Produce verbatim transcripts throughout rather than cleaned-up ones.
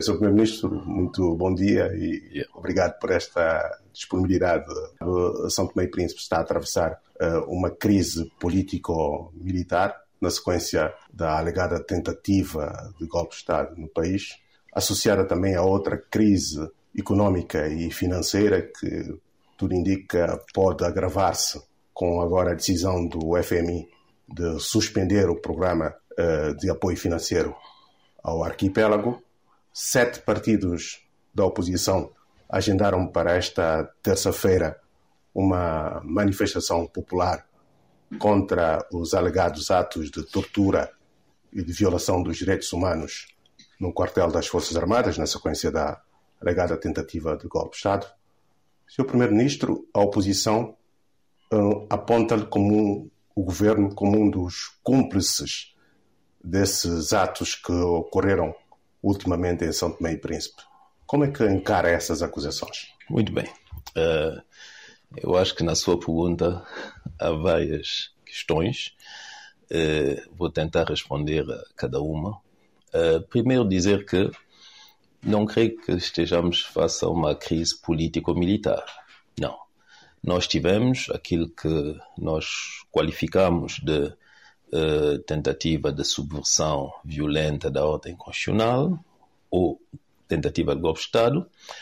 senhor Primeiro-Ministro, muito bom dia e yeah. obrigado por esta disponibilidade. O São Tomé e Príncipe está a atravessar uh, uma crise político-militar na sequência da alegada tentativa de golpe de Estado no país, associada também a outra crise económica e financeira que, tudo indica, pode agravar-se com agora a decisão do F M I de suspender o programa uh, de apoio financeiro ao arquipélago. Sete partidos da oposição agendaram para esta terça-feira uma manifestação popular contra os alegados atos de tortura e de violação dos direitos humanos no quartel das Forças Armadas, na sequência da alegada tentativa de golpe de Estado. senhor Primeiro-Ministro, a oposição uh, aponta-lhe como um, o governo como um dos cúmplices desses atos que ocorreram ultimamente em São Tomé e Príncipe. Como é que encara essas acusações? Muito bem. Uh, eu acho que na sua pergunta há várias questões. Uh, vou tentar responder a cada uma. Uh, primeiro dizer que não creio que estejamos face a uma crise político-militar. Não. Nós tivemos aquilo que nós qualificamos de uh, tentativa de subversão violenta da ordem constitucional ou tentativa de golpe de Estado,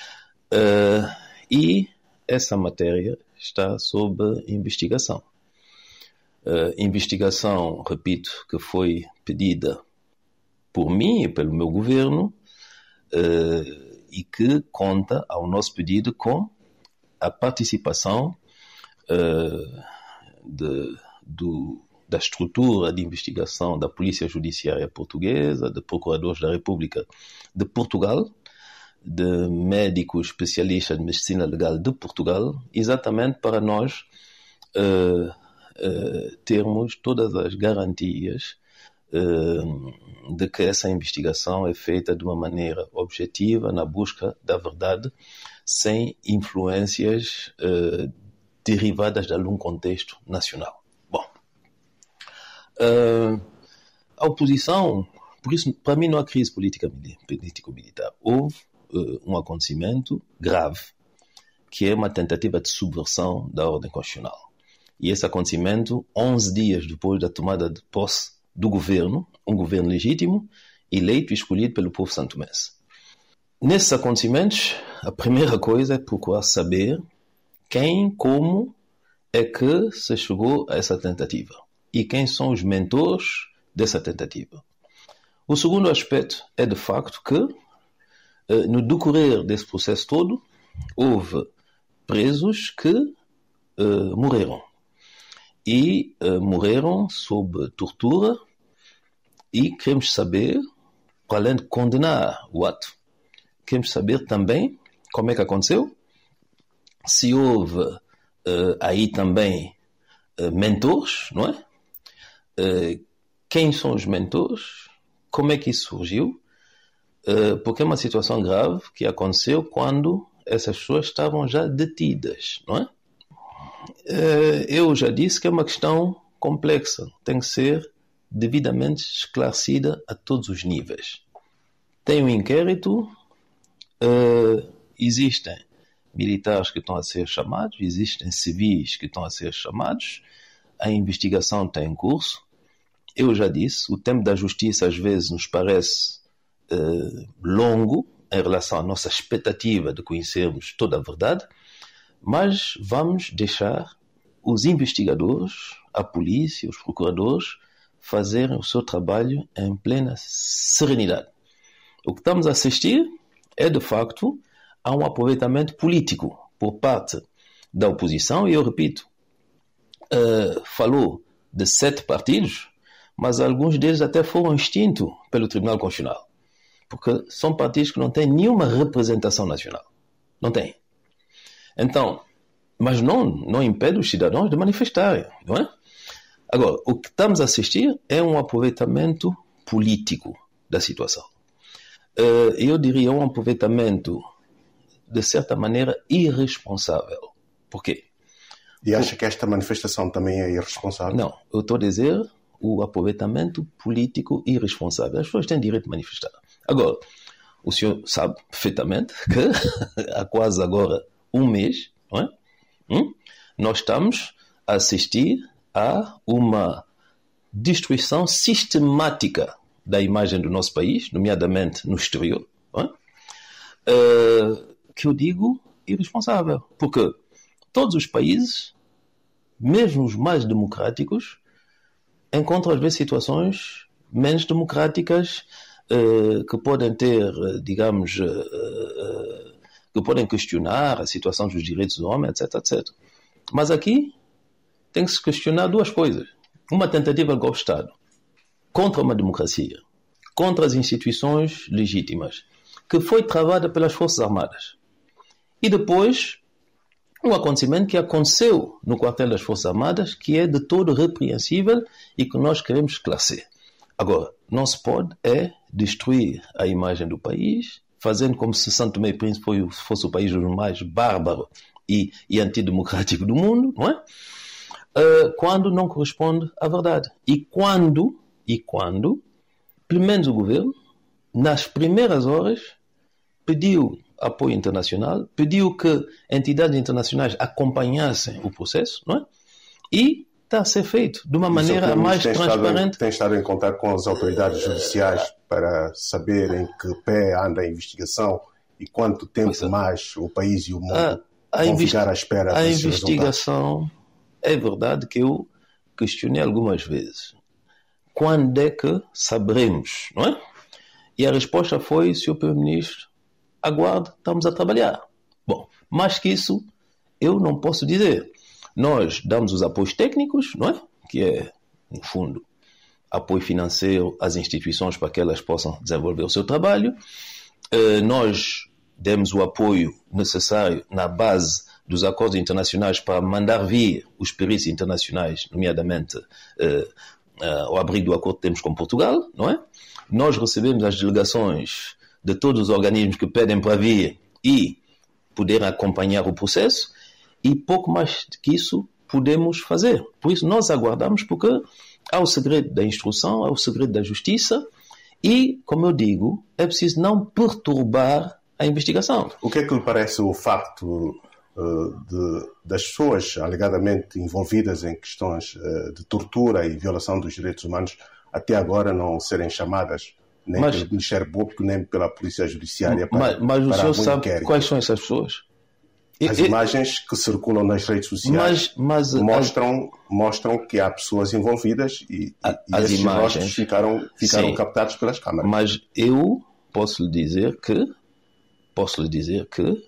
uh, e essa matéria está sob investigação. Uh, investigação, repito, que foi pedida por mim e pelo meu governo, uh, e que conta, ao nosso pedido, com a participação uh, de, do, da estrutura de investigação da Polícia Judiciária Portuguesa, de Procuradores da República de Portugal, de médicos especialistas de medicina legal de Portugal, exatamente para nós uh, uh, termos todas as garantias uh, de que essa investigação é feita de uma maneira objetiva, na busca da verdade, sem influências uh, derivadas de algum contexto nacional. Bom, uh, a oposição, por isso, para mim não há crise política político-militar. Houve uh, um acontecimento grave, que é uma tentativa de subversão da ordem constitucional. E esse acontecimento, onze dias depois da tomada de posse do governo, um governo legítimo, eleito e escolhido pelo povo santomense. Nesses acontecimentos, a primeira coisa é procurar saber quem, como é que se chegou a essa tentativa e quem são os mentores dessa tentativa. O segundo aspecto é, de facto, que no decorrer desse processo todo, houve presos que uh, morreram. E uh, morreram sob tortura, e queremos saber, para além de condenar o ato, queremos saber também como é que aconteceu, se houve uh, aí também uh, mentores, não é? Uh, quem são os mentores? Como é que isso surgiu? Uh, porque é uma situação grave que aconteceu quando essas pessoas estavam já detidas, não é? Uh, eu já disse que é uma questão complexa, tem que ser devidamente esclarecida a todos os níveis. Tem um inquérito, uh, existem militares que estão a ser chamados, existem civis que estão a ser chamados, a investigação está em curso. Eu já disse, o tempo da justiça às vezes nos parece uh, longo em relação à nossa expectativa de conhecermos toda a verdade, mas vamos deixar os investigadores, a polícia, os procuradores, fazerem o seu trabalho em plena serenidade. O que estamos a assistir é, de facto, a um aproveitamento político por parte da oposição, e eu repito, uh, falou de sete partidos, mas alguns deles até foram extintos pelo Tribunal Constitucional, porque são partidos que não têm nenhuma representação nacional. Não têm. Então, mas não, não impede os cidadãos de manifestarem, não é? Agora, o que estamos a assistir é um aproveitamento político da situação. Uh, eu diria um aproveitamento, de certa maneira, irresponsável. Por quê? E acha que esta manifestação também é irresponsável? Não, eu estou a dizer o aproveitamento político irresponsável. As pessoas têm direito de manifestar. Agora, o senhor sabe perfeitamente que há quase agora um mês, não é? Hum? Nós estamos a assistir a uma destruição sistemática da imagem do nosso país, nomeadamente no exterior, não é? Uh, que eu digo irresponsável, porque todos os países, mesmo os mais democráticos, encontram às vezes situações menos democráticas, uh, que podem ter, digamos, uh, uh, que podem questionar a situação dos direitos do homem, etc, etcétera. Mas aqui tem que se questionar duas coisas. Uma tentativa de golpe de Estado contra uma democracia, contra as instituições legítimas, que foi travada pelas Forças Armadas. E depois, um acontecimento que aconteceu no quartel das Forças Armadas, que é de todo repreensível e que nós queremos esclarecer. Agora, não se pode é destruir a imagem do país, fazendo como se São Tomé e Príncipe fosse o país mais bárbaro e, e antidemocrático do mundo, não é? Uh, quando não corresponde à verdade. E quando, e quando, pelo menos o governo, nas primeiras horas, pediu apoio internacional, pediu que entidades internacionais acompanhassem o processo, não é? E está a ser feito de uma maneira mais tem transparente. Estado em, tem estado em contato com as autoridades judiciais para saber em que pé anda a investigação e quanto tempo é. mais o país e o mundo a, a vão ficar à espera A investigação, resultados. É verdade que eu questionei algumas vezes. Quando é que saberemos, não é? E a resposta foi, senhor Primeiro-Ministro, aguarde, estamos a trabalhar. Bom, mais que isso, eu não posso dizer. Nós damos os apoios técnicos, não é? Que é, no fundo, apoio financeiro às instituições para que elas possam desenvolver o seu trabalho. Uh, nós demos o apoio necessário na base dos acordos internacionais para mandar vir os peritos internacionais, nomeadamente uh, uh, ao abrigo do acordo que temos com Portugal, não é? Nós recebemos as delegações de todos os organismos que pedem para vir e poderem acompanhar o processo, e pouco mais que isso podemos fazer. Por isso nós aguardamos, porque há o segredo da instrução, há o segredo da justiça, e, como eu digo, é preciso não perturbar a investigação. O que é que lhe parece o facto uh, de, das pessoas alegadamente envolvidas em questões uh, de tortura e violação dos direitos humanos até agora não serem chamadas nem mas, pelo Ministério Público, nem pela Polícia Judiciária para, mas, mas o para senhor sabe inquérito? Quais são essas pessoas? As e, imagens que circulam nas redes sociais mas, mas, mostram, as, mostram que há pessoas envolvidas e, a, e as esses imagens rostos ficaram, ficaram captados pelas câmaras. Mas eu posso lhe dizer que posso lhe dizer que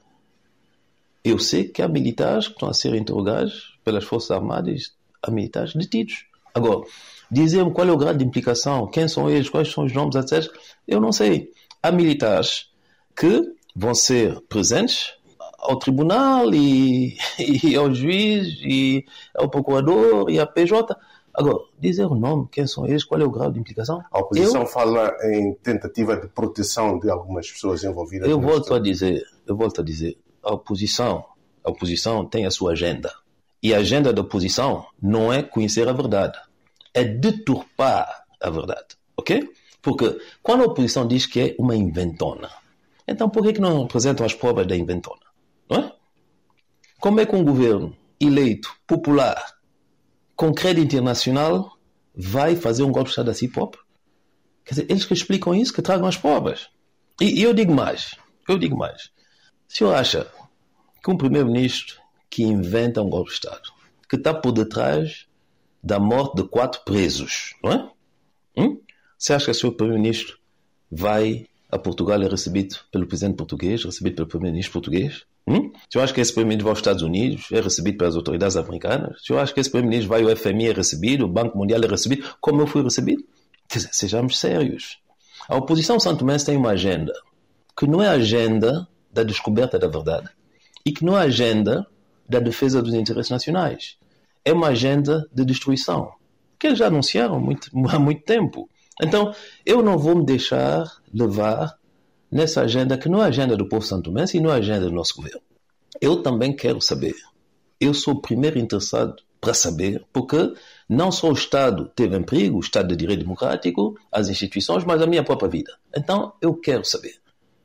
eu sei que há militares que estão a ser interrogados pelas Forças Armadas, há militares detidos. Agora, dizer-me qual é o grau de implicação, quem são eles, quais são os nomes, etcétera, eu não sei. Há militares que vão ser presentes ao tribunal e, e ao juiz e ao procurador e à P J. Agora, dizer o nome, quem são eles, qual é o grau de implicação? A oposição eu, fala em tentativa de proteção de algumas pessoas envolvidas. Eu volto a dizer, eu volto a dizer, a oposição, a oposição tem a sua agenda. E a agenda da oposição não é conhecer a verdade, é deturpar a verdade, ok? Porque quando a oposição diz que é uma inventona, então por que que não apresentam as provas da inventona? Não é? Como é que um governo eleito, popular, com crédito internacional, vai fazer um golpe de Estado a si próprio? Quer dizer, eles que explicam isso, que tragam as provas. E, e eu digo mais, eu digo mais. O senhor acha que um primeiro-ministro que inventa um golpe de Estado, que está por detrás da morte de quatro presos, não é? Hum? Você acha que o senhor primeiro-ministro vai a Portugal e é recebido pelo presidente português, recebido pelo primeiro-ministro português? Hum? O senhor acha que esse primeiro-ministro vai aos Estados Unidos, é recebido pelas autoridades americanas? O senhor acha que esse primeiro-ministro vai ao F M I, é recebido, o Banco Mundial é recebido, como eu fui recebido? Quer dizer, sejamos sérios. A oposição santomense tem uma agenda que não é a agenda da descoberta da verdade e que não é a agenda da defesa dos interesses nacionais. É uma agenda de destruição, que eles já anunciaram muito, há muito tempo. Então, eu não vou me deixar levar nessa agenda que não é a agenda do povo santomense e não é a agenda do nosso governo. Eu também quero saber. Eu sou o primeiro interessado para saber, porque não só o Estado teve em perigo, o Estado de Direito Democrático, as instituições, mas a minha própria vida. Então, eu quero saber.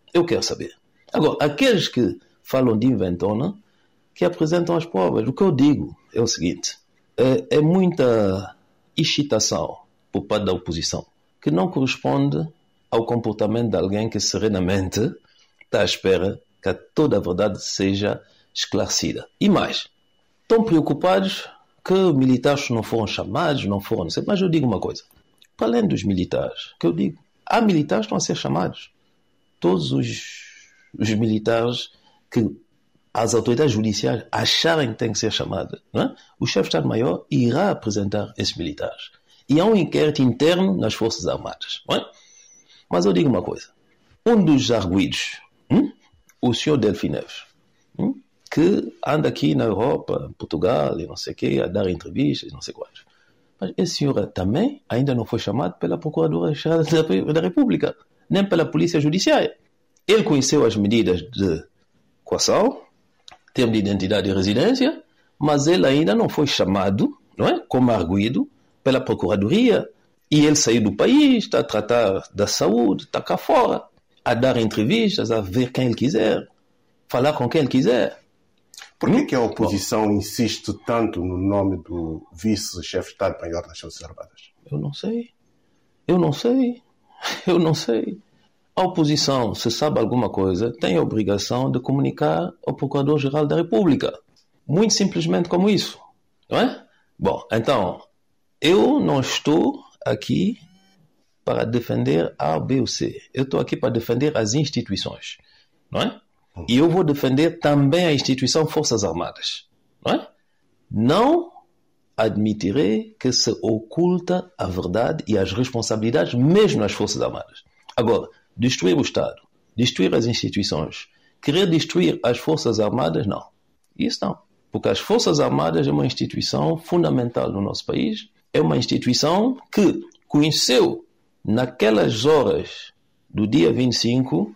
Eu quero saber. Agora, aqueles que falam de inventona, que apresentam as provas. O que eu digo é o seguinte, é, é muita excitação por parte da oposição, que não corresponde ao comportamento de alguém que serenamente está à espera que toda a verdade seja esclarecida. E mais, estão preocupados que militares não foram chamados, não foram, não sei, mas eu digo uma coisa, para além dos militares, que eu digo, há militares que estão a ser chamados. Todos os, os militares que as autoridades judiciais acharem que têm que ser chamadas, não é? O chefe de Estado-Maior irá apresentar esses militares. E há um inquérito interno nas Forças Armadas, não é? Mas eu digo uma coisa, um dos arguidos, hum? o senhor Delfim Neves, hum? que anda aqui na Europa, em Portugal, e não sei o quê, a dar entrevistas, não sei quantos. Mas esse senhor também ainda não foi chamado pela Procuradora-Geral da República, nem pela Polícia Judiciária. Ele conheceu as medidas de coação, termo de identidade e residência, mas ele ainda não foi chamado, não é? Como arguido pela Procuradoria. E ele saiu do país, está a tratar da saúde, está cá fora, a dar entrevistas, a ver quem ele quiser, falar com quem ele quiser. Por que, que a oposição Bom, insiste tanto no nome do vice-chefe de Estado-Maior das Forças Armadas? Eu não sei. Eu não sei. Eu não sei. A oposição, se sabe alguma coisa, tem a obrigação de comunicar ao Procurador-Geral da República. Muito simplesmente como isso. Não é? Bom, então, eu não estou aqui para defender A, B ou C. Eu estou aqui para defender as instituições. Não é? E eu vou defender também a instituição Forças Armadas. Não é? Não admitirei que se oculta a verdade e as responsabilidades mesmo nas Forças Armadas. Agora, destruir o Estado, destruir as instituições, querer destruir as Forças Armadas, não. Isso não. Porque as Forças Armadas é uma instituição fundamental no nosso país, é uma instituição que conheceu naquelas horas do dia vinte e cinco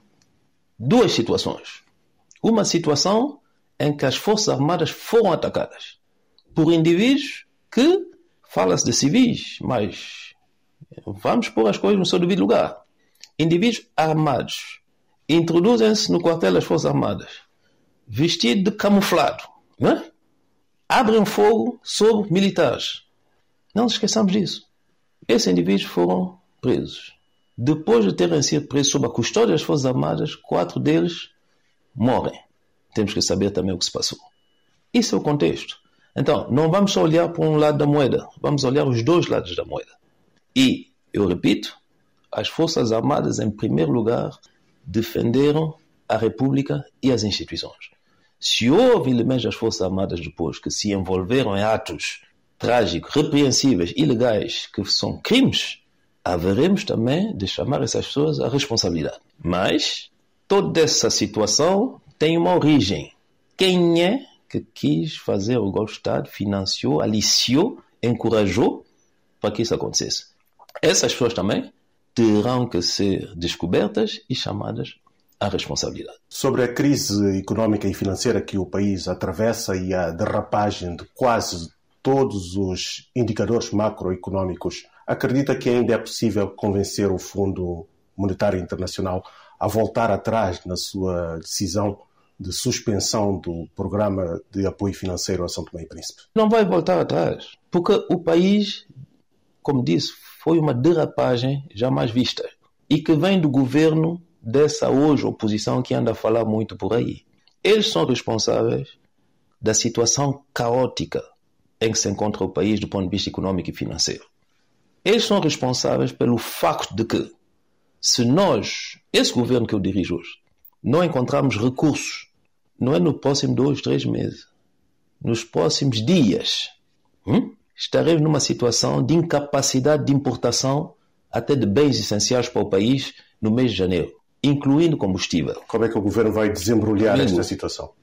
duas situações. Uma situação em que as Forças Armadas foram atacadas por indivíduos que, fala-se de civis, mas vamos pôr as coisas no seu devido lugar. Indivíduos armados introduzem-se no quartel das Forças Armadas, vestidos de camuflado, não é? Abrem fogo sobre militares. Não nos esqueçamos disso. Esses indivíduos foram presos. Depois de terem sido presos sob a custódia das Forças Armadas, quatro deles morrem. Temos que saber também o que se passou. Isso é o contexto. Então, não vamos só olhar para um lado da moeda, vamos olhar os dois lados da moeda. E, eu repito, as Forças Armadas, em primeiro lugar, defenderam a República e as instituições. Se houve elementos das Forças Armadas depois que se envolveram em atos trágicos, repreensíveis, ilegais, que são crimes, haveremos também de chamar essas pessoas à responsabilidade. Mas toda essa situação tem uma origem. Quem é que quis fazer o golpe de Estado, financiou, aliciou, encorajou para que isso acontecesse? Essas pessoas também terão que ser descobertas e chamadas à responsabilidade. Sobre a crise económica e financeira que o país atravessa e a derrapagem de quase todos os indicadores macroeconómicos, acredita que ainda é possível convencer o Fundo Monetário Internacional a voltar atrás na sua decisão de suspensão do programa de apoio financeiro a São Tomé e Príncipe? Não vai voltar atrás, porque o país, como disse, foi uma derrapagem jamais vista e que vem do governo dessa hoje oposição que anda a falar muito por aí. Eles são responsáveis da situação caótica em que se encontra o país do ponto de vista económico e financeiro. Eles são responsáveis pelo facto de que, se nós, esse governo que eu dirijo hoje, não encontrarmos recursos, não é no próximo dois, três meses, nos próximos dias, hum? estaremos numa situação de incapacidade de importação até de bens essenciais para o país no mês de janeiro, incluindo combustível. Como é que o governo vai desembrulhar Amigo, esta situação?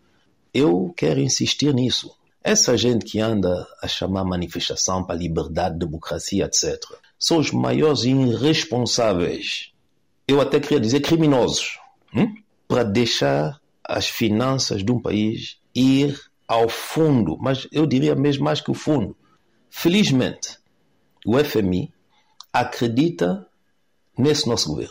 Eu quero insistir nisso. Essa gente que anda a chamar manifestação para a liberdade, democracia, etcétera, são os maiores irresponsáveis, eu até queria dizer criminosos, hum? para deixar as finanças de um país ir ao fundo, mas eu diria mesmo mais que o fundo. Felizmente, o F M I acredita nesse nosso governo.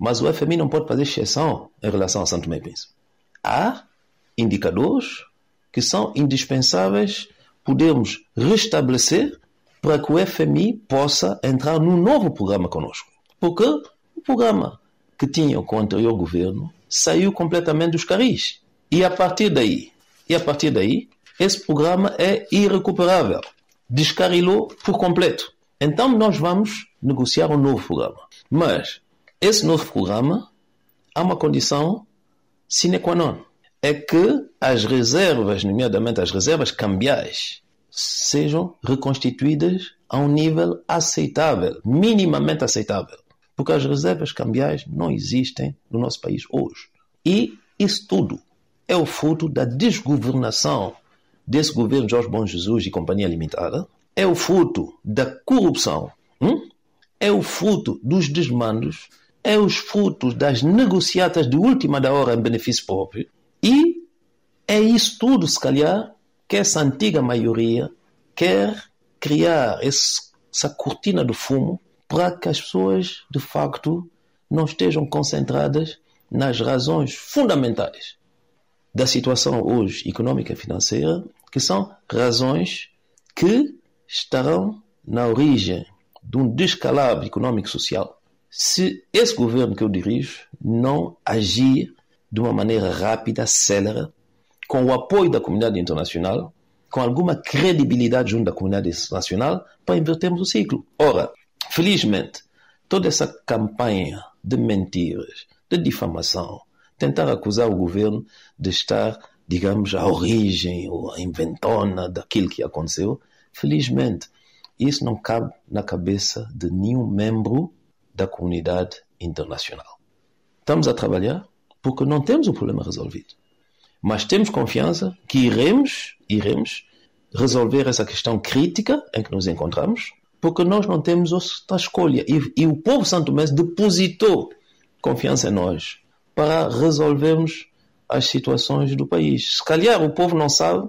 Mas o F M I não pode fazer exceção em relação a São Tomé e Príncipe. Há indicadores que são indispensáveis, podemos restabelecer para que o F M I possa entrar num novo programa conosco. Porque o programa que tinha com o anterior governo saiu completamente dos carris. E a partir daí, e a partir daí, esse programa é irrecuperável. Descarrilou por completo. Então nós vamos negociar um novo programa. Mas esse novo programa há uma condição sine qua non. É que as reservas, nomeadamente as reservas cambiais, sejam reconstituídas a um nível aceitável, minimamente aceitável. Porque as reservas cambiais não existem no nosso país hoje. E isso tudo é o fruto da desgovernação desse governo Jorge Bom Jesus e Companhia Limitada, é o fruto da corrupção, hum? é o fruto dos desmandos, é os frutos das negociatas de última da hora em benefício próprio, e é isso tudo, se calhar, que essa antiga maioria quer criar esse, essa cortina de fumo para que as pessoas, de facto, não estejam concentradas nas razões fundamentais da situação hoje económica e financeira, que são razões que estarão na origem de um descalabro económico e social se esse governo que eu dirijo não agir de uma maneira rápida, célere, com o apoio da comunidade internacional, com alguma credibilidade junto da comunidade internacional, para invertermos o ciclo. Ora, felizmente, toda essa campanha de mentiras, de difamação, tentar acusar o governo de estar, digamos, à origem ou à inventona daquilo que aconteceu, felizmente, isso não cabe na cabeça de nenhum membro da comunidade internacional. Estamos a trabalhar porque não temos o problema resolvido. Mas temos confiança que iremos, iremos resolver essa questão crítica em que nos encontramos, porque nós não temos outra escolha. E, e o povo santomense depositou confiança em nós para resolvermos as situações do país. Se calhar o povo não sabe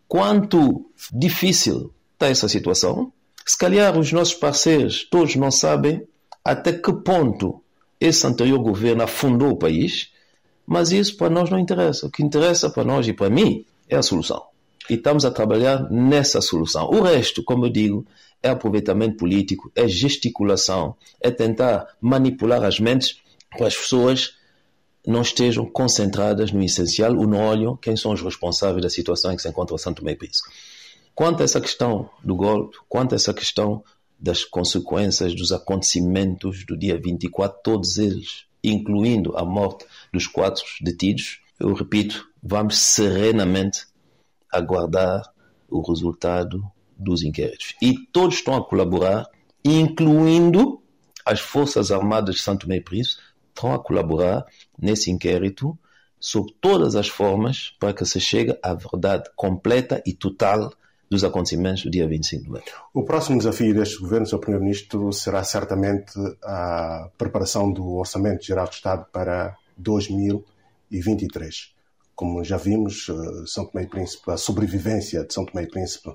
quanto difícil está essa situação. Se calhar os nossos parceiros todos não sabem até que ponto esse anterior governo afundou o país, mas isso para nós não interessa. O que interessa para nós e para mim é a solução. E estamos a trabalhar nessa solução. O resto, como eu digo, é aproveitamento político, é gesticulação, é tentar manipular as mentes para as pessoas não estejam concentradas no essencial ou não olham quem são os responsáveis da situação em que se encontra o São Tomé e Príncipe. Quanto a essa questão do golpe, quanto a essa questão das consequências dos acontecimentos do dia vinte e quatro, todos eles, incluindo a morte dos quatro detidos, eu repito, vamos serenamente aguardar o resultado dos inquéritos. E todos estão a colaborar, incluindo as Forças Armadas de São Tomé e Príncipe, estão a colaborar nesse inquérito sob todas as formas para que se chegue à verdade completa e total dos acontecimentos do dia vinte e cinco de maio. O próximo desafio deste governo, senhor Primeiro-Ministro, será certamente a preparação do Orçamento Geral de Estado para dois mil e vinte e três. Como já vimos, São Tomé e Príncipe, a sobrevivência de São Tomé e Príncipe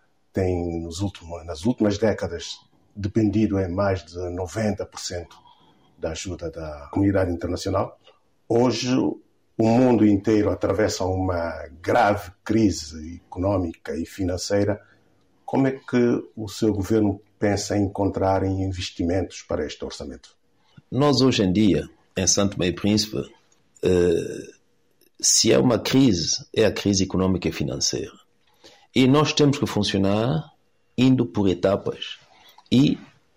tem nos últimos, nas últimas décadas dependido em mais de noventa por cento da ajuda da comunidade internacional. Hoje, o mundo inteiro atravessa uma grave crise económica e financeira. Como é que o seu governo pensa em encontrar investimentos para este orçamento? Nós, hoje em dia, em São Tomé e Príncipe, eh, se é uma crise, é a crise económica e financeira. E nós temos que funcionar indo por etapas e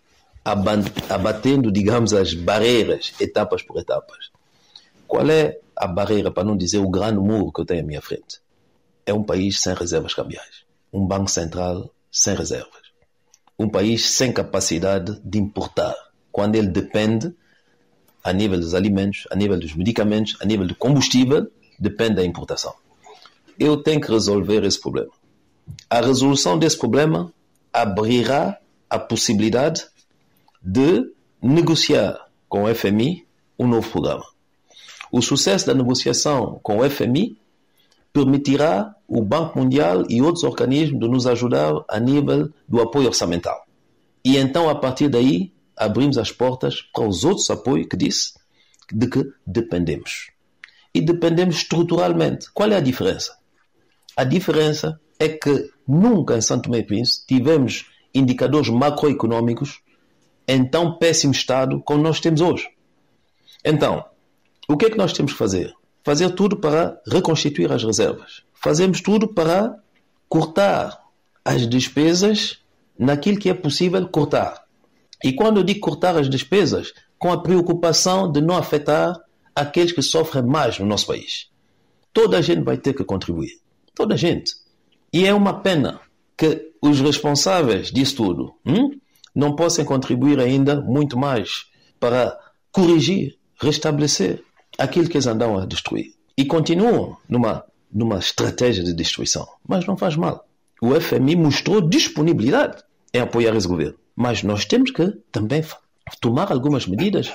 abatendo, digamos, as barreiras, etapas por etapas. Qual é a barreira, para não dizer o grande muro que eu tenho à minha frente? É um país sem reservas cambiais. Um banco central sem reservas. Um país sem capacidade de importar, quando ele depende, a nível dos alimentos, a nível dos medicamentos, a nível do combustível, depende da importação. Eu tenho que resolver esse problema. A resolução desse problema abrirá a possibilidade de negociar com o F M I um novo programa. O sucesso da negociação com o F M I permitirá o Banco Mundial e outros organismos de nos ajudar a nível do apoio orçamental. E então, a partir daí, abrimos as portas para os outros apoios que disse, de que dependemos. E dependemos estruturalmente. Qual é a diferença? A diferença é que nunca em São Tomé e Príncipe tivemos indicadores macroeconómicos em tão péssimo estado como nós temos hoje. Então, o que é que nós temos que fazer? Fazer tudo para reconstituir as reservas. Fazemos tudo para cortar as despesas naquilo que é possível cortar. E quando eu digo cortar as despesas, com a preocupação de não afetar aqueles que sofrem mais no nosso país. Toda a gente vai ter que contribuir. Toda a gente. E é uma pena que os responsáveis disso tudo hum, não possam contribuir ainda muito mais para corrigir, restabelecer aquilo que eles andam a destruir. E continuam numa, numa estratégia de destruição. Mas não faz mal. O F M I mostrou disponibilidade em apoiar esse governo. Mas nós temos que também tomar algumas medidas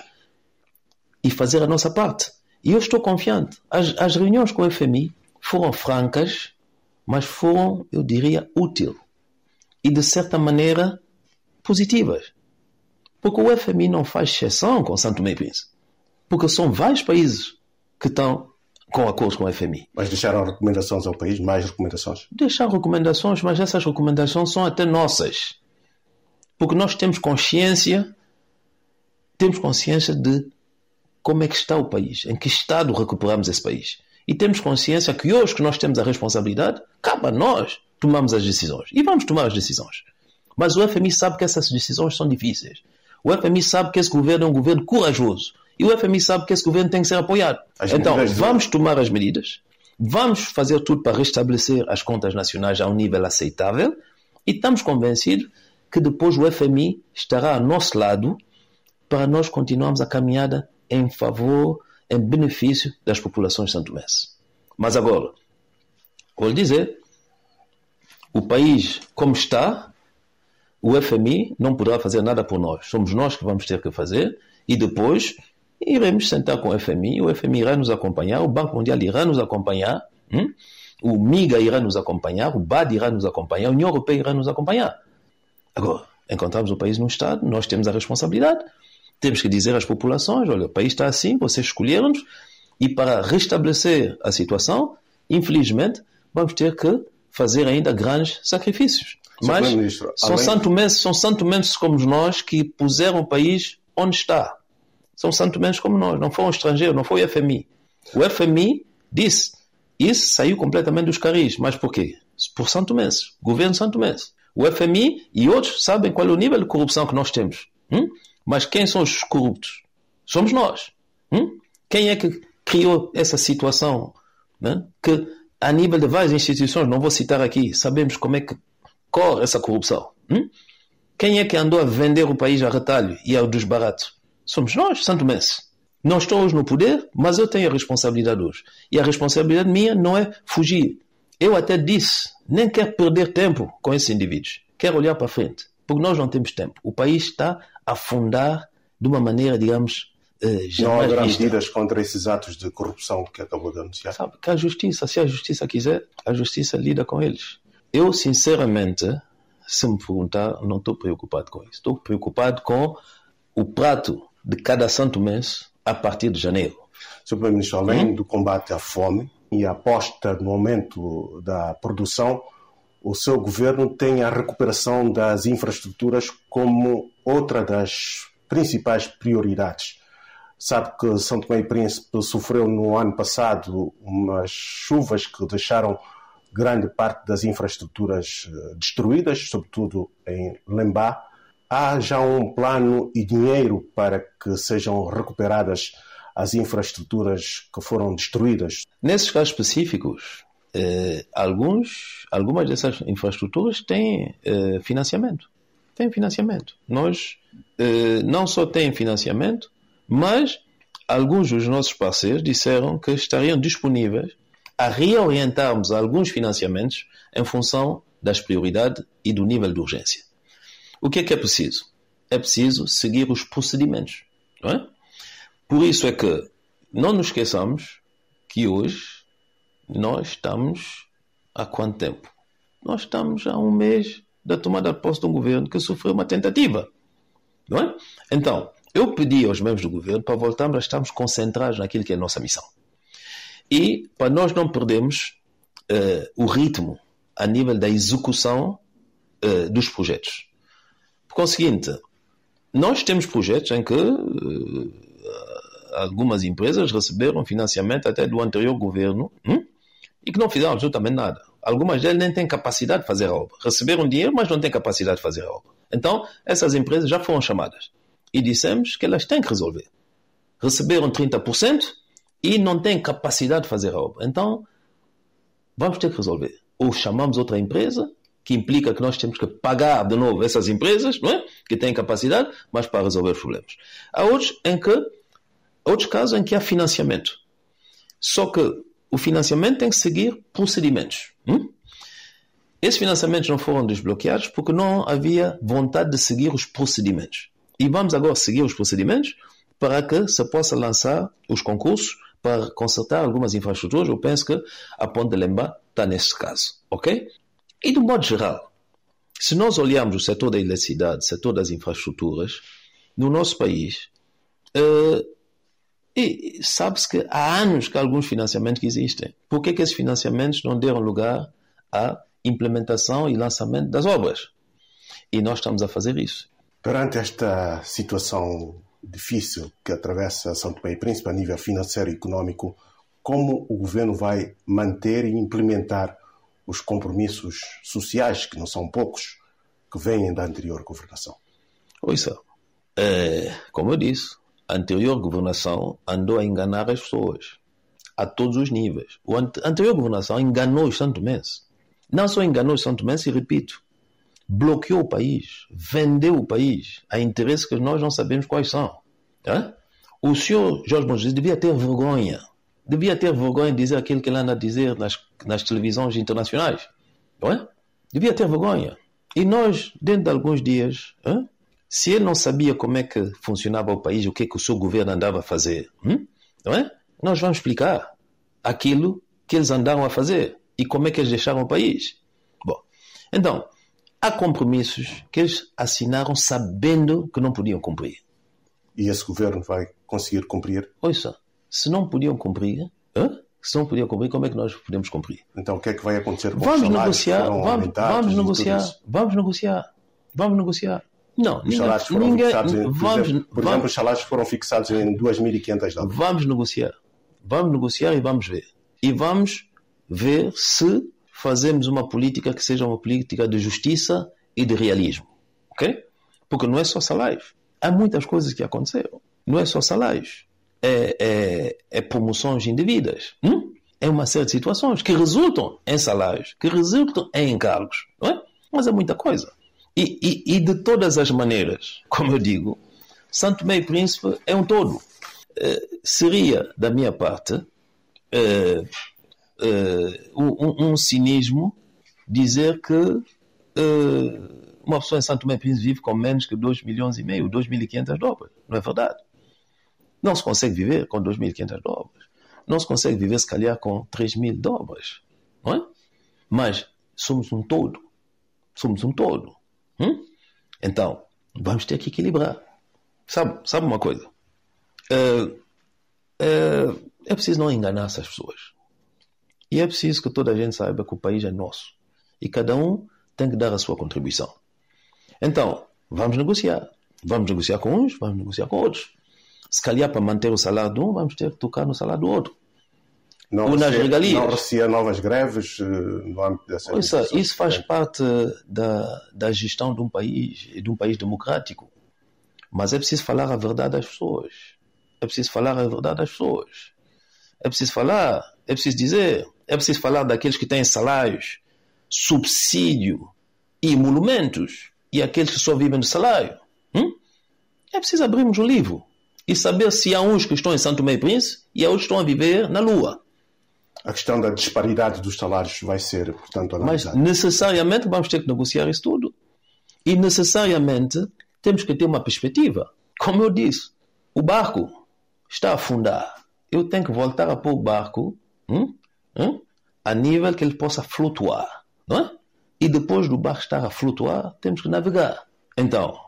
e fazer a nossa parte. E eu estou confiante. As, as reuniões com o F M I foram francas, mas foram, eu diria, úteis. E, de certa maneira, positivas. Porque o F M I não faz exceção com São Tomé e Príncipe. Porque são vários países que estão com acordos com o F M I. Mas deixaram recomendações ao país? Mais recomendações? Deixaram recomendações, mas essas recomendações são até nossas. Porque nós temos consciência, temos consciência de como é que está o país, em que estado recuperamos esse país. E temos consciência que hoje que nós temos a responsabilidade, cabe a nós tomarmos as decisões. E vamos tomar as decisões. Mas o F M I sabe que essas decisões são difíceis. O F M I sabe que esse governo é um governo corajoso. E o F M I sabe que esse governo tem que ser apoiado. As então, vamos de... tomar as medidas, vamos fazer tudo para restabelecer as contas nacionais a um nível aceitável e estamos convencidos que depois o F M I estará ao nosso lado para nós continuarmos a caminhada em favor, em benefício das populações santomenses. Mas agora, vou lhe dizer, o país como está, o F M I não poderá fazer nada por nós. Somos nós que vamos ter que fazer e depois iremos sentar com o F M I, o F M I irá nos acompanhar, o Banco Mundial irá nos acompanhar, hum? o MIGA irá nos acompanhar, o B A D irá nos acompanhar, a União Europeia irá nos acompanhar. Agora, encontramos o país num estado, nós temos a responsabilidade, temos que dizer às populações, olha, o país está assim, vocês escolheram-nos, e para restabelecer a situação, infelizmente, vamos ter que fazer ainda grandes sacrifícios. Mas Ministro, são além... santomenses, são santomenses como nós que puseram o país onde está. São santomenses como nós, não foram estrangeiros, não foi o F M I. O F M I disse, isso saiu completamente dos caris. Mas por quê? Por santomenses, governo santomense. O F M I e outros sabem qual é o nível de corrupção que nós temos. Hum? Mas quem são os corruptos? Somos nós. Hum? Quem é que criou essa situação? Né? Que a nível de várias instituições, não vou citar aqui, sabemos como é que corre essa corrupção. Hum? Quem é que andou a vender o país a retalho e ao desbarato? Somos nós, santomenses. Não estou hoje no poder, mas eu tenho a responsabilidade hoje. E a responsabilidade minha não é fugir. Eu até disse, nem quero perder tempo com esses indivíduos. Quero olhar para frente, porque nós não temos tempo. O país está a afundar de uma maneira, digamos, eh, não haverá medidas contra esses atos de corrupção que acabou de anunciar? Sabe que a justiça, se a justiça quiser, a justiça lida com eles. Eu, sinceramente, se me perguntar, não estou preocupado com isso. Estou preocupado com o prato de cada santomense a partir de janeiro. senhor Primeiro-Ministro, além hum? do combate à fome e a aposta no aumento da produção, o seu governo tem a recuperação das infraestruturas como outra das principais prioridades. Sabe que São Tomé e Príncipe sofreu no ano passado umas chuvas que deixaram grande parte das infraestruturas destruídas, sobretudo em Lembá. Há já um plano e dinheiro para que sejam recuperadas as infraestruturas que foram destruídas? Nesses casos específicos, eh, alguns, algumas dessas infraestruturas têm eh, financiamento. Têm financiamento. Nós eh, não só temos financiamento, mas alguns dos nossos parceiros disseram que estariam disponíveis a reorientarmos alguns financiamentos em função das prioridades e do nível de urgência. O que é que é preciso? É preciso seguir os procedimentos. Não é? Por isso é que não nos esqueçamos que hoje nós estamos há quanto tempo? Nós estamos há um mês da tomada de posse de um governo que sofreu uma tentativa. Não é? Então, eu pedi aos membros do governo para voltarmos a estarmos concentrados naquilo que é a nossa missão. E para nós não perdermos uh, o ritmo a nível da execução uh, dos projetos. Porque é o seguinte, nós temos projetos em que uh, algumas empresas receberam financiamento até do anterior governo hum? e que não fizeram absolutamente nada. Algumas delas nem têm capacidade de fazer a obra. Receberam dinheiro, mas não têm capacidade de fazer a obra. Então, essas empresas já foram chamadas. E dissemos que elas têm que resolver. Receberam trinta por cento e não têm capacidade de fazer a obra. Então, vamos ter que resolver. Ou chamamos outra empresa, que implica que nós temos que pagar de novo essas empresas, não é? Que têm capacidade, mas para resolver os problemas. Há outros, em que, outros casos em que há financiamento. Só que o financiamento tem que seguir procedimentos. Hum? Esses financiamentos não foram desbloqueados porque não havia vontade de seguir os procedimentos. E vamos agora seguir os procedimentos para que se possa lançar os concursos para consertar algumas infraestruturas. Eu penso que a Ponte de Lemba está nesse caso. Ok? E de modo geral, se nós olharmos o setor da eletricidade, o setor das infraestruturas, no nosso país, uh, e sabe-se que há anos que há alguns financiamentos que existem. Por que que esses financiamentos não deram lugar à implementação e lançamento das obras? E nós estamos a fazer isso. Perante esta situação difícil que atravessa São Tomé e Príncipe a nível financeiro e econômico, como o governo vai manter e implementar os compromissos sociais, que não são poucos, que vêm da anterior governação? Ouça, é, como eu disse, a anterior governação andou a enganar as pessoas a todos os níveis. A anterior governação enganou os santomenses. Não só enganou os santomenses, e repito, bloqueou o país, vendeu o país a interesses que nós não sabemos quais são. É? O senhor Jorge Bom Jesus devia ter vergonha. Devia ter vergonha de dizer aquilo que ele anda a dizer nas, nas televisões internacionais. Não é? Devia ter vergonha. E nós, dentro de alguns dias, é? Se ele não sabia como é que funcionava o país, o que é que o seu governo andava a fazer, hum? Não é? Nós vamos explicar aquilo que eles andaram a fazer e como é que eles deixaram o país. Bom, então, há compromissos que eles assinaram sabendo que não podiam cumprir. E esse governo vai conseguir cumprir? Ouça, se não podiam cumprir, hein? se não podiam cumprir, como é que nós podemos cumprir? Então o que é que vai acontecer com vamos os salários negociar, que foram vamos, aumentados vamos e negociar, tudo isso? vamos negociar, vamos negociar. Não, Os ninguém, salários foram ninguém, fixados em, por, vamos, exemplo, por vamos, exemplo, os salários foram fixados em duas mil e quinhentos dólares. Vamos negociar. Vamos negociar e vamos ver. E vamos ver se fazemos uma política que seja uma política de justiça e de realismo. Ok? Porque não é só salários. Há muitas coisas que aconteceram. Não é só salários. É, é, é promoções indevidas. Hum? É uma série de situações que resultam em salários, que resultam em encargos. Não é? Mas é muita coisa. E, e, e de todas as maneiras, como eu digo, São Tomé e Príncipe é um todo. Uh, seria, da minha parte, uh, uh, um, um cinismo dizer que uh, uma pessoa em São Tomé e Príncipe vive com menos que dois milhões e meio, dois mil e quinhentos dólares. Não é verdade. Não se consegue viver com dois mil e quinhentos dólares. Não se consegue viver, se calhar, com três mil dólares. Não é? Mas somos um todo. Somos um todo. Hum? Então, vamos ter que equilibrar. Sabe, sabe uma coisa? Uh, uh, é preciso não enganar essas pessoas. E é preciso que toda a gente saiba que o país é nosso. E cada um tem que dar a sua contribuição. Então, vamos negociar. Vamos negociar com uns, vamos negociar com outros. Se calhar, para manter o salário de um, vamos ter que tocar no salário do outro. Não Ou nas regalias. Não receia novas greves uh, no âmbito dessa Isso, isso faz parte da, da gestão de um país, de um país democrático. Mas é preciso falar a verdade às pessoas. É preciso falar a verdade às pessoas. É preciso falar, é preciso dizer, é preciso falar daqueles que têm salários, subsídio e emolumentos, e aqueles que só vivem do salário. Hum? É preciso abrirmos o livro e saber se há uns que estão em São Tomé e Príncipe e há outros que estão a viver na Lua. A questão da disparidade dos salários vai ser, portanto, analisada. Mas necessariamente vamos ter que negociar isso tudo. E necessariamente temos que ter uma perspectiva. Como eu disse, o barco está a afundar. Eu tenho que voltar a pôr o barco hum, hum, a nível que ele possa flutuar. Não é? E depois do barco estar a flutuar, temos que navegar. Então,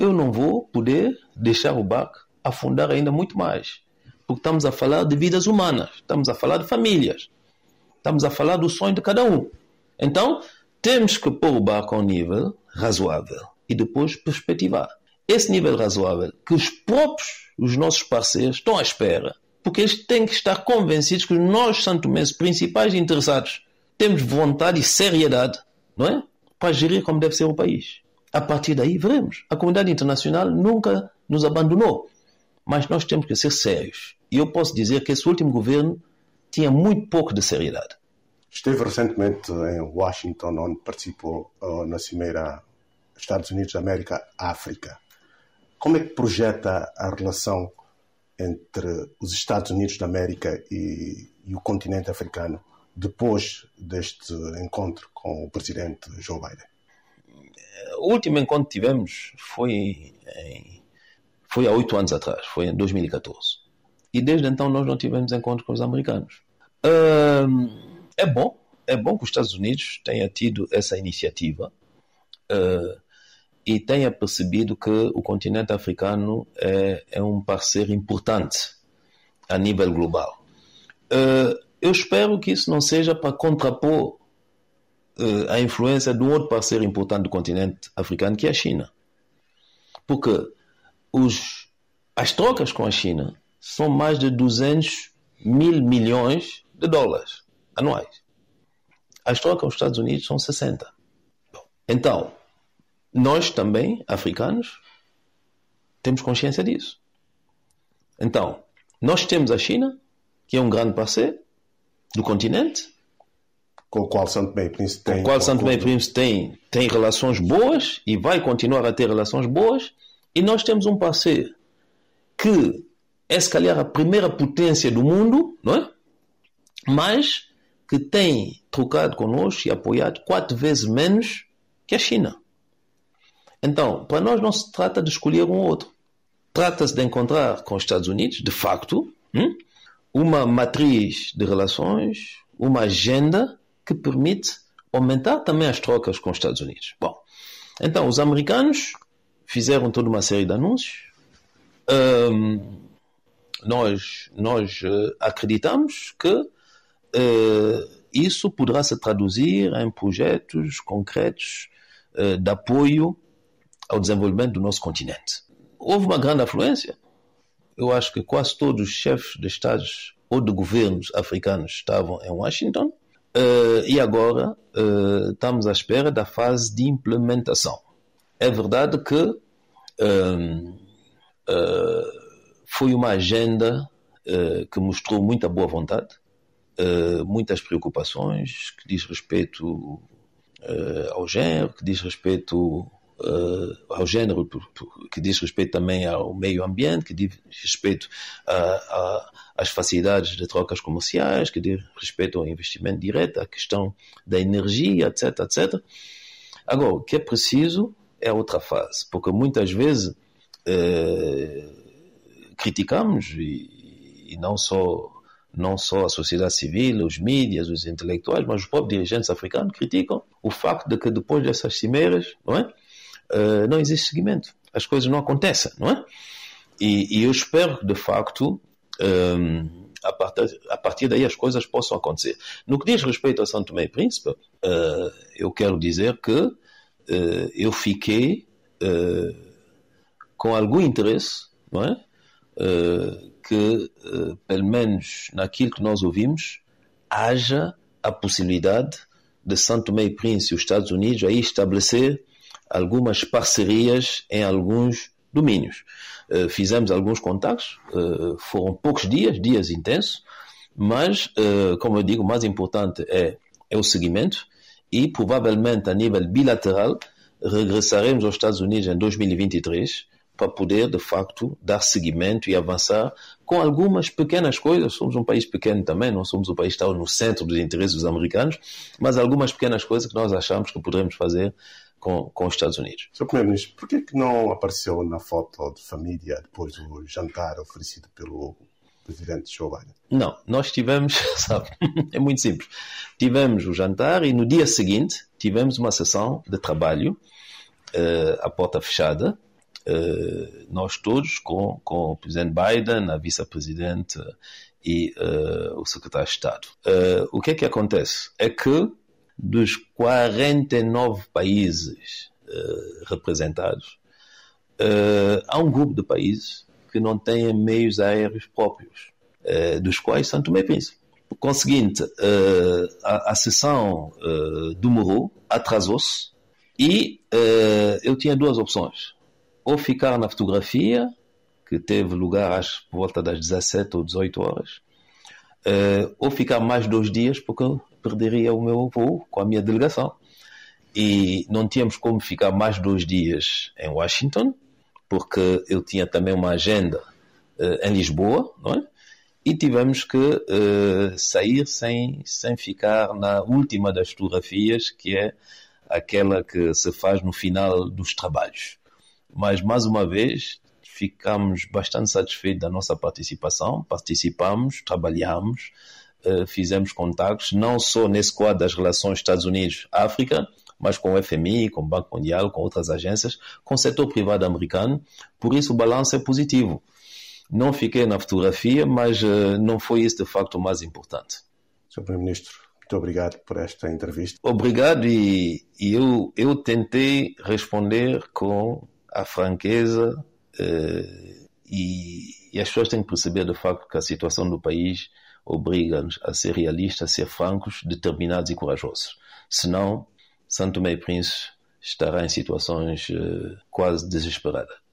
eu não vou poder deixar o barco afundar ainda muito mais. Porque estamos a falar de vidas humanas, estamos a falar de famílias, estamos a falar do sonho de cada um. Então, temos que pôr o barco a um nível razoável e depois perspectivar. Esse nível razoável que os próprios, os nossos parceiros, estão à espera, porque eles têm que estar convencidos que nós, santomenses, principais interessados, temos vontade e seriedade, não é? Para gerir como deve ser o país. A partir daí, veremos. A comunidade internacional nunca nos abandonou, mas nós temos que ser sérios. E eu posso dizer que esse último governo tinha muito pouco de seriedade. Esteve recentemente em Washington, onde participou uh, na Cimeira Estados Unidos da América-África. Como é que projeta a relação entre os Estados Unidos da América e, e o continente africano depois deste encontro com o presidente Joe Biden? O último encontro que tivemos foi, em, foi há oito anos atrás, foi em dois mil e catorze. E desde então nós não tivemos encontro com os americanos. Uh, é bom, é bom que os Estados Unidos tenha tido essa iniciativa uh, e tenha percebido que o continente africano é, é um parceiro importante a nível global. Uh, eu espero que isso não seja para contrapor uh, a influência de um outro parceiro importante do continente africano, que é a China. Porque os, as trocas com a China são mais de duzentos mil milhões de dólares anuais. As trocas com os Estados Unidos são sessenta. Então, nós também, africanos, temos consciência disso. Então, nós temos a China, que é um grande parceiro do continente, com o qual São Tomé e Príncipe tem, com o qual São Tomé e Príncipe tem, tem relações boas e vai continuar a ter relações boas, e nós temos um parceiro que é, se calhar, a primeira potência do mundo, não é? Mas que tem trocado connosco e apoiado quatro vezes menos que a China. Então, para nós não se trata de escolher um ou outro. Trata-se de encontrar com os Estados Unidos, de facto, uma matriz de relações, uma agenda que permite aumentar também as trocas com os Estados Unidos. Bom, então, os americanos fizeram toda uma série de anúncios. Um, nós nós uh, acreditamos que uh, isso poderá se traduzir em projetos concretos uh, de apoio ao desenvolvimento do nosso continente. Houve uma grande afluência. Eu acho que quase todos os chefes de estados ou de governos africanos estavam em Washington, uh, e agora uh, estamos à espera da fase de implementação. É verdade que uh, uh, foi uma agenda uh, que mostrou muita boa vontade, uh, muitas preocupações, que diz respeito uh, ao género, que diz respeito uh, ao género, que diz respeito também ao meio ambiente, que diz respeito às facilidades de trocas comerciais, que diz respeito ao investimento direto, à questão da energia, etc, etcétera. Agora, o que é preciso é outra fase, porque muitas vezes uh, criticamos, e, e não, só, não só a sociedade civil, os mídias, os intelectuais, mas os próprios dirigentes africanos criticam o facto de que depois dessas cimeiras, não é? Uh, não existe seguimento. As coisas não acontecem, não é? E, e eu espero que, de facto, um, a, partir, a partir daí as coisas possam acontecer. No que diz respeito a São Tomé e Príncipe, uh, eu quero dizer que uh, eu fiquei uh, com algum interesse, não é? Uh, que, uh, pelo menos naquilo que nós ouvimos, haja a possibilidade de São Tomé e Príncipe e os Estados Unidos aí estabelecer algumas parcerias em alguns domínios. Uh, fizemos alguns contactos, uh, foram poucos dias, dias intensos, mas, uh, como eu digo, o mais importante é, é o seguimento, e provavelmente a nível bilateral regressaremos aos Estados Unidos em dois mil e vinte e três para poder, de facto, dar seguimento e avançar com algumas pequenas coisas. Somos um país pequeno também, não somos o país que está no centro dos interesses dos americanos, mas algumas pequenas coisas que nós achamos que poderemos fazer com, com os Estados Unidos. senhor Primeiro-Ministro, por que não apareceu na foto de família depois do jantar oferecido pelo presidente Joe Biden? Não, nós tivemos, sabe, é muito simples. Tivemos o jantar e no dia seguinte tivemos uma sessão de trabalho uh, à porta fechada, uh, nós todos, com, com o presidente Biden, a vice-presidente e uh, o secretário de Estado. Uh, o que é que acontece? É que dos quarenta e nove países uh, representados, uh, há um grupo de países que não têm meios aéreos próprios, uh, dos quais São Tomé e Príncipe. Por conseguinte, uh, a, a sessão uh, demorou, atrasou-se, e uh, eu tinha duas opções. Ou ficar na fotografia, que teve lugar às, por volta das dezassete ou dezoito horas, uh, ou ficar mais dois dias, porque eu perderia o meu voo com a minha delegação. E não tínhamos como ficar mais dois dias em Washington, porque eu tinha também uma agenda uh, em Lisboa, não é? E tivemos que uh, sair sem, sem ficar na última das fotografias, que é aquela que se faz no final dos trabalhos. Mas, mais uma vez, ficamos bastante satisfeitos da nossa participação, participamos, trabalhamos, uh, fizemos contactos, não só nesse quadro das relações Estados Unidos-África, mas com o F M I, com o Banco Mundial, com outras agências, com o setor privado americano. Por isso o balanço é positivo. Não fiquei na fotografia, mas uh, não foi isso de facto o mais importante. senhor Primeiro-Ministro, muito obrigado por esta entrevista. Obrigado, e, e eu, eu tentei responder com a franqueza uh, e, e as pessoas têm que perceber de facto que a situação do país obriga-nos a ser realistas, a ser francos, determinados e corajosos. Senão, São Tomé e Príncipe estará em situações uh, quase desesperadas.